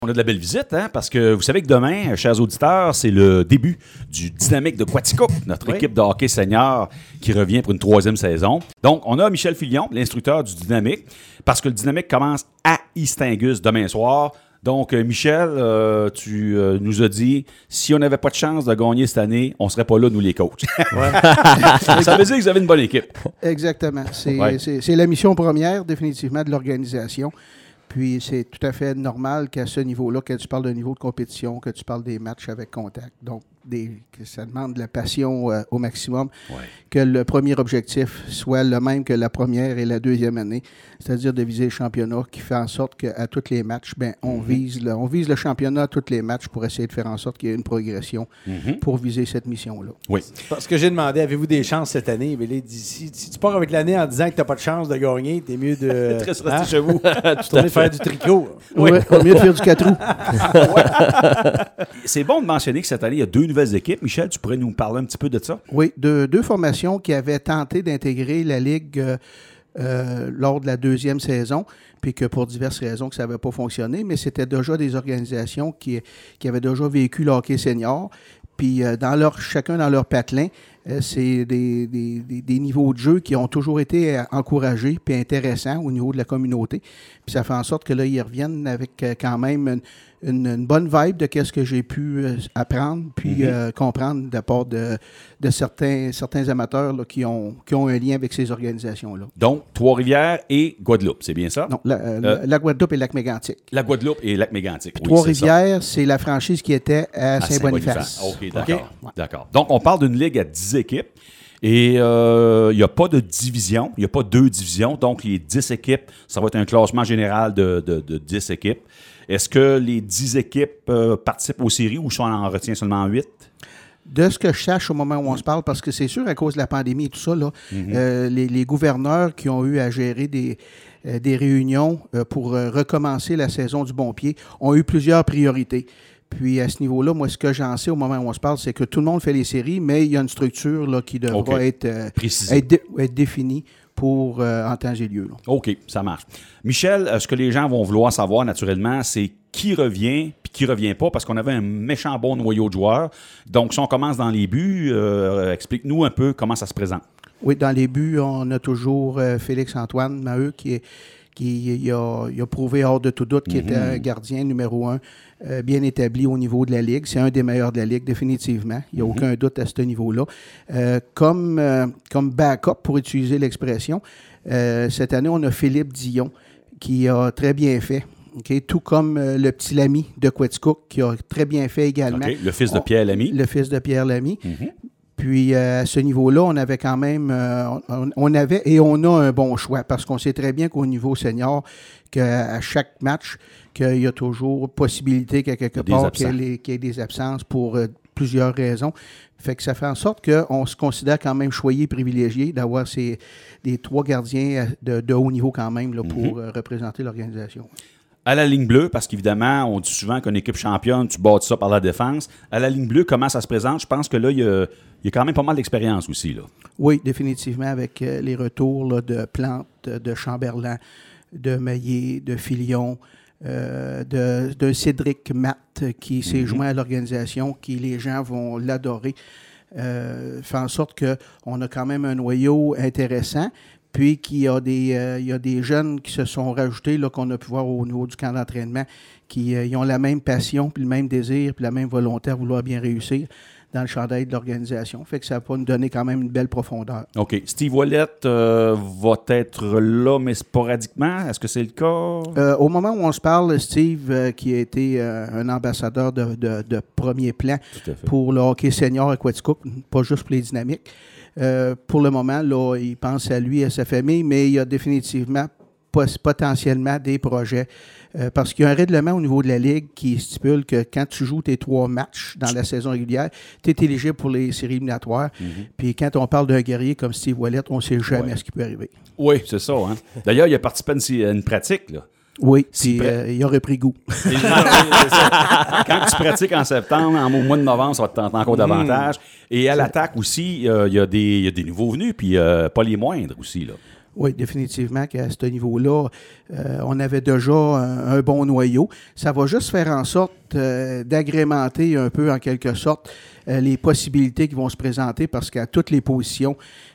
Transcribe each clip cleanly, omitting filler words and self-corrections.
On a de la belle visite, hein, parce que vous savez que demain, chers auditeurs, c'est le début du Dynamique de Quaticook, notre équipe de hockey senior qui revient pour une 3e saison. Donc, on a Michel Filion, l'instructeur du Dynamique, parce que le Dynamique commence à Istingus demain soir. Donc, Michel, tu nous as dit, si on n'avait pas de chance de gagner cette année, on ne serait pas là, nous, les coachs. Ça veut dire que vous avez une bonne équipe. Exactement. C'est la mission première, définitivement, de l'organisation. Puis, c'est tout à fait normal qu'à ce niveau-là, que tu parles d'un niveau de compétition, que tu parles des matchs avec contact. Donc, que ça demande de la passion au maximum. Ouais. Que le premier objectif soit le même que la première et la deuxième année, c'est-à-dire de viser le championnat, qui fait en sorte qu'à tous les matchs, on vise le championnat à tous les matchs pour essayer de faire en sorte qu'il y ait une progression pour viser cette mission-là. Oui. Parce que j'ai demandé, avez-vous des chances cette année? Mais là, si tu pars avec l'année en disant que tu n'as pas de chance de gagner, t'es mieux de... Très rester chez vous. Tourner faire du tricot. Oui, mieux de faire du 4 roues. C'est bon de mentionner que cette année, il y a 2 nouvelles équipes. Michel, tu pourrais nous parler un petit peu de ça? Oui, deux formations qui avaient tenté d'intégrer la Ligue lors de la 2e saison, puis que pour diverses raisons que ça n'avait pas fonctionné, mais c'était déjà des organisations qui avaient déjà vécu le hockey senior. Puis chacun dans leur patelin, c'est des niveaux de jeu qui ont toujours été encouragés puis intéressants au niveau de la communauté. Puis ça fait en sorte que là, ils reviennent avec quand même une bonne vibe de qu'est-ce que j'ai pu apprendre puis comprendre de la part de certains amateurs là, qui ont un lien avec ces organisations-là. Donc, Trois-Rivières et Guadeloupe, c'est bien ça? Non, la Guadeloupe et Lac-Mégantic. La Guadeloupe et Lac-Mégantic, oui, Trois-Rivières, c'est la franchise qui était à Saint-Boniface. OK, d'accord. Okay. D'accord. Donc, on parle d'une ligue à 10 équipes. Et il n'y a pas de division, il n'y a pas 2 divisions, donc les 10 équipes, ça va être un classement général de 10 équipes. Est-ce que les 10 équipes participent aux séries ou on en retient seulement 8? De ce que je sache au moment où on se parle, parce que c'est sûr, à cause de la pandémie et tout ça, là, les gouverneurs qui ont eu à gérer des réunions pour recommencer la saison du bon pied ont eu plusieurs priorités. Puis, à ce niveau-là, moi, ce que j'en sais au moment où on se parle, c'est que tout le monde fait les séries, mais il y a une structure là, qui devra être définie pour en temps et lieu. Là. OK, ça marche. Michel, ce que les gens vont vouloir savoir, naturellement, c'est qui revient puis qui revient pas, parce qu'on avait un méchant bon noyau de joueurs. Donc, si on commence dans les buts, explique-nous un peu comment ça se présente. Oui, dans les buts, on a toujours Félix-Antoine Maheu qui a prouvé hors de tout doute qu'il était un gardien numéro 1 bien établi au niveau de la Ligue. C'est un des meilleurs de la Ligue, définitivement. Il n'y a aucun doute à ce niveau-là. Comme backup, pour utiliser l'expression, cette année, on a Philippe Dion qui a très bien fait. Okay? Tout comme le petit Lamy de Quaticook qui a très bien fait également. Okay. Le fils de Pierre Lamy. Le fils de Pierre Lamy. Puis, à ce niveau-là, on avait quand même, on a un bon choix parce qu'on sait très bien qu'au niveau senior, qu'à chaque match, qu'il y a toujours possibilité qu'à quelque part qu'il y ait des absences pour plusieurs raisons. Fait que ça fait en sorte qu'on se considère quand même choyé, privilégié d'avoir des 3 gardiens de haut niveau quand même là, pour représenter l'organisation. À la ligne bleue, parce qu'évidemment, on dit souvent qu'une équipe championne, tu bâtis ça par la défense. À la ligne bleue, comment ça se présente? Je pense que là, il y a quand même pas mal d'expérience aussi. Là. Oui, définitivement, avec les retours là, de Plante, de Chamberlain, de Maillet, de Filion, de Cédric Matt qui s'est joint à l'organisation, qui les gens vont l'adorer. Fait en sorte qu'on a quand même un noyau intéressant. Puis qu'il y a des jeunes qui se sont rajoutés, là, qu'on a pu voir au niveau du camp d'entraînement, qui ils ont la même passion, puis le même désir, puis la même volonté à vouloir bien réussir dans le chandail de l'organisation. Fait que ça va nous donner quand même une belle profondeur. OK. Steve Ouellette va être là, mais sporadiquement. Est-ce que c'est le cas? Au moment où on se parle, Steve, qui a été un ambassadeur de premier plan pour le hockey senior à Quaticook, pas juste pour les Dynamiques, pour le moment, là, il pense à lui et à sa famille, mais il y a définitivement potentiellement des projets. Parce qu'il y a un règlement au niveau de la Ligue qui stipule que quand tu joues tes 3 matchs dans la saison régulière, tu es éligible pour les séries éliminatoires. Puis quand on parle d'un guerrier comme Steve Ouellette, on ne sait jamais ce qui peut arriver. Oui, c'est ça. Hein? D'ailleurs, il a participé à une pratique, là. Oui, puis il aurait pris goût. Quand tu pratiques en septembre, au mois de novembre, ça va te tenter encore davantage. Et à l'attaque aussi, il y a des nouveaux venus, puis pas les moindres aussi, là. Oui, définitivement qu'à ce niveau-là, on avait déjà un bon noyau. Ça va juste faire en sorte d'agrémenter un peu, en quelque sorte, les possibilités qui vont se présenter parce qu'à toutes les positions,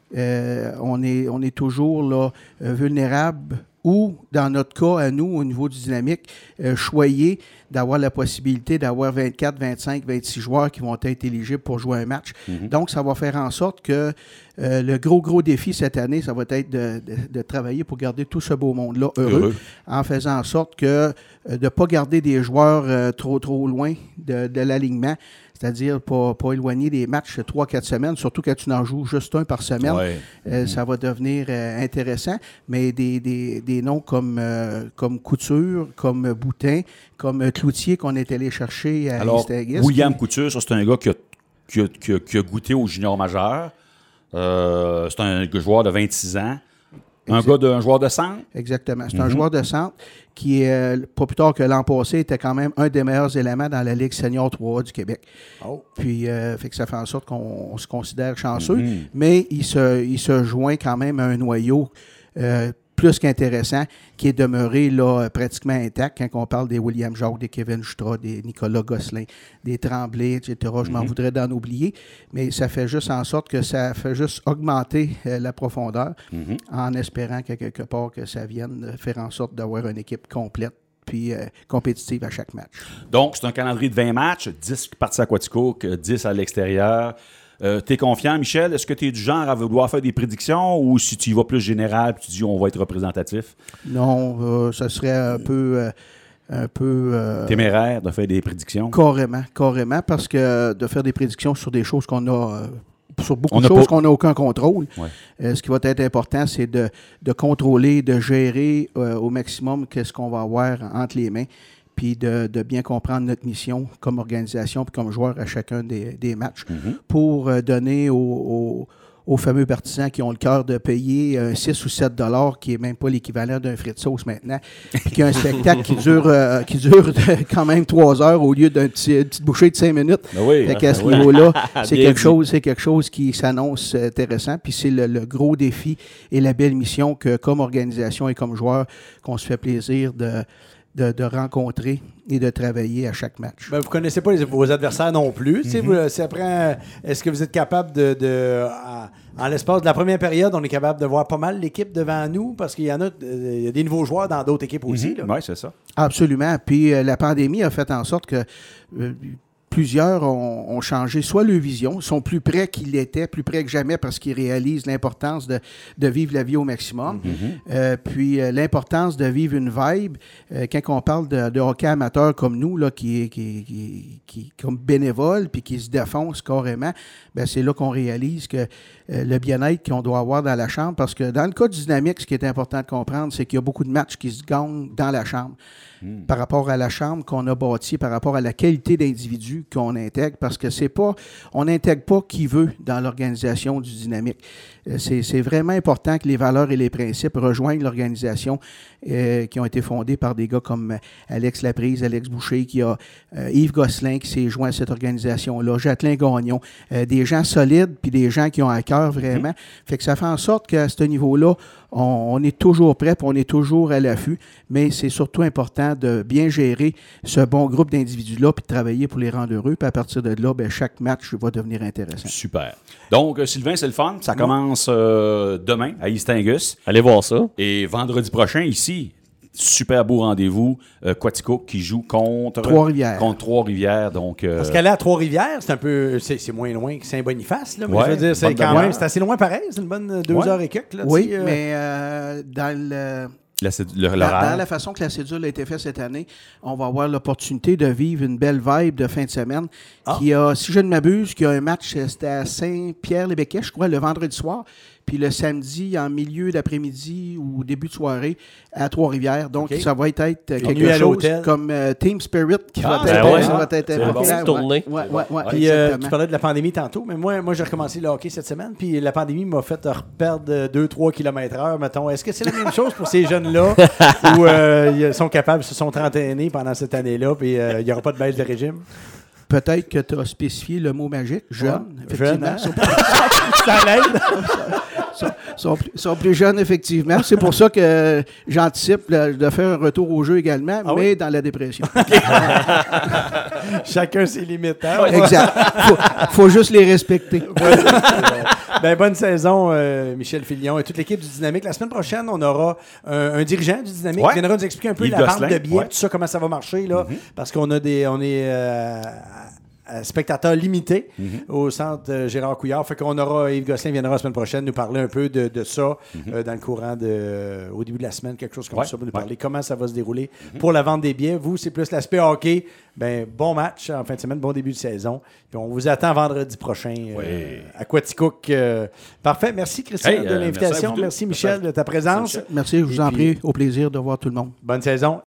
on est toujours là, vulnérable ou, dans notre cas, à nous, au niveau du dynamique, choyé d'avoir la possibilité d'avoir 24, 25, 26 joueurs qui vont être éligibles pour jouer un match. Donc, ça va faire en sorte que le gros défi cette année, ça va être de travailler pour garder tout ce beau monde-là heureux, en faisant en sorte que de ne pas garder des joueurs trop loin de l'alignement, c'est-à-dire pas éloigner des matchs 3-4 semaines, surtout quand tu n'en joues juste un par semaine. Ouais. Ça va devenir intéressant, mais des noms comme Couture, comme Boutin, comme Cloutier qu'on est allé chercher à East-Agues. William Couture, ça, c'est un gars qui a goûté au junior majeur. C'est un joueur de 26 ans. Un joueur de centre? Exactement. C'est un joueur de centre qui, pas plus tard que l'an passé, était quand même un des meilleurs éléments dans la Ligue senior 3A du Québec. Puis, fait que ça fait en sorte qu'on se considère chanceux, mais il se joint quand même à un noyau plus qu'intéressant, qui est demeuré là, pratiquement intact quand on parle des William Jacques, des Kevin Jutra, des Nicolas Gosselin, des Tremblay, etc. Je m'en voudrais d'en oublier, mais ça fait juste en sorte que ça fait juste augmenter la profondeur en espérant qu'à quelque part que ça vienne faire en sorte d'avoir une équipe complète puis compétitive à chaque match. Donc, c'est un calendrier de 20 matchs, 10 parties à Quaticook, 10 à l'extérieur. T'es confiant, Michel? Est-ce que tu es du genre à vouloir faire des prédictions ou si tu y vas plus général et tu dis on va être représentatif? Non, ça serait un peu téméraire de faire des prédictions? Carrément, parce que de faire des prédictions sur des choses qu'on a... sur beaucoup de choses qu'on n'a aucun contrôle. Ouais. Ce qui va être important, c'est de contrôler, de gérer au maximum qu'est-ce qu'on va avoir entre les mains, puis de bien comprendre notre mission comme organisation puis comme joueur à chacun des matchs pour donner aux fameux partisans qui ont le cœur de payer 6 ou 7 $ qui n'est même pas l'équivalent d'un frit de sauce maintenant, puis qui a un spectacle qui dure quand même 3 heures au lieu d'une petite bouchée de 5 minutes. Fait qu'à ce niveau-là, c'est quelque chose qui s'annonce intéressant, puis c'est le gros défi et la belle mission que, comme organisation et comme joueur, qu'on se fait plaisir de rencontrer et de travailler à chaque match. Ben, vous ne connaissez pas vos adversaires non plus. Est-ce que vous êtes capable en l'espace de la première période, on est capable de voir pas mal l'équipe devant nous? Parce qu'il y a des nouveaux joueurs dans d'autres équipes aussi. Oui, c'est ça. Absolument. Puis la pandémie a fait en sorte que plusieurs ont changé soit leur vision, sont plus près qu'ils l'étaient, plus près que jamais parce qu'ils réalisent l'importance de vivre la vie au maximum. Puis l'importance de vivre une vibe. Quand on parle de hockey amateur comme nous, là, qui comme bénévole puis qui se défonce carrément, ben c'est là qu'on réalise que le bien-être qu'on doit avoir dans la chambre, parce que dans le cas du dynamique, ce qui est important de comprendre, c'est qu'il y a beaucoup de matchs qui se gagnent dans la chambre. Par rapport à la chambre qu'on a bâtie, par rapport à la qualité d'individus qu'on intègre, parce que on n'intègre pas qui veut dans l'organisation du dynamique. C'est vraiment important que les valeurs et les principes rejoignent l'organisation qui ont été fondées par des gars comme Alex Laprise, Alex Boucher, qui a Yves Gosselin qui s'est joint à cette organisation-là, Jacqueline Gagnon, des gens solides puis des gens qui ont à cœur vraiment. Fait que ça fait en sorte qu'à ce niveau-là, on est toujours prêt puis on est toujours à l'affût, mais c'est surtout important de bien gérer ce bon groupe d'individus-là puis de travailler pour les rendre heureux. Puis à partir de là, ben, chaque match va devenir intéressant. Super. Donc, Sylvain, c'est le fun. Ça commence demain à East-Agues. Allez voir ça. Et vendredi prochain, ici, super beau rendez-vous. Quaticook qui joue contre Trois-Rivières. Donc, parce qu'aller à Trois-Rivières, c'est moins loin que Saint-Boniface. Là, mais je veux dire, c'est quand même, c'est assez loin pareil. C'est une bonne 2 heures et quelques. Là, oui, mais dans dans la façon que la cédule a été faite cette année, on va avoir l'opportunité de vivre une belle vibe de fin de semaine. Qui a, si je ne m'abuse, qui a un match, c'était à Saint-Pierre-les-Béquets, je crois, le vendredi soir. Puis le samedi, en milieu d'après-midi ou début de soirée, à Trois-Rivières. Donc, ça va être quelque chose comme Team Spirit qui va être une tournée. Puis tu parlais de la pandémie tantôt, mais moi j'ai recommencé le hockey cette semaine, puis la pandémie m'a fait reperdre 2-3 km/h, mettons. Est-ce que c'est la même chose pour ces jeunes-là où ils sont capables, se sont entraînés pendant cette année-là, puis il n'y aura pas de baisse de régime? Peut-être que tu as spécifié le mot magique, jeune. Jeune, hein? Ça l'aide. sont plus jeunes, effectivement. C'est pour ça que j'anticipe de faire un retour au jeu également, mais dans la dépression. Chacun ses limites. Hein? Exact. Faut juste les respecter. Bonne saison, Michel Filion et toute l'équipe du Dynamique. La semaine prochaine, on aura un dirigeant du Dynamique qui viendra nous expliquer un peu la vente de billets, tout ça, comment ça va marcher, là, parce qu'on a on est spectateurs limités au centre Gérard Couillard. Fait qu'on aura, Yves Gosselin viendra la semaine prochaine nous parler un peu de ça dans le courant au début de la semaine, quelque chose comme ça, pour nous parler comment ça va se dérouler pour la vente des billets. Vous, c'est plus l'aspect hockey. Bon match en fin de semaine, bon début de saison. Puis on vous attend vendredi prochain à Quaticook. Parfait. Merci, Christian, de l'invitation. Merci, Michel, de ta présence. Merci, je vous en prie. Au plaisir de voir tout le monde. Bonne saison.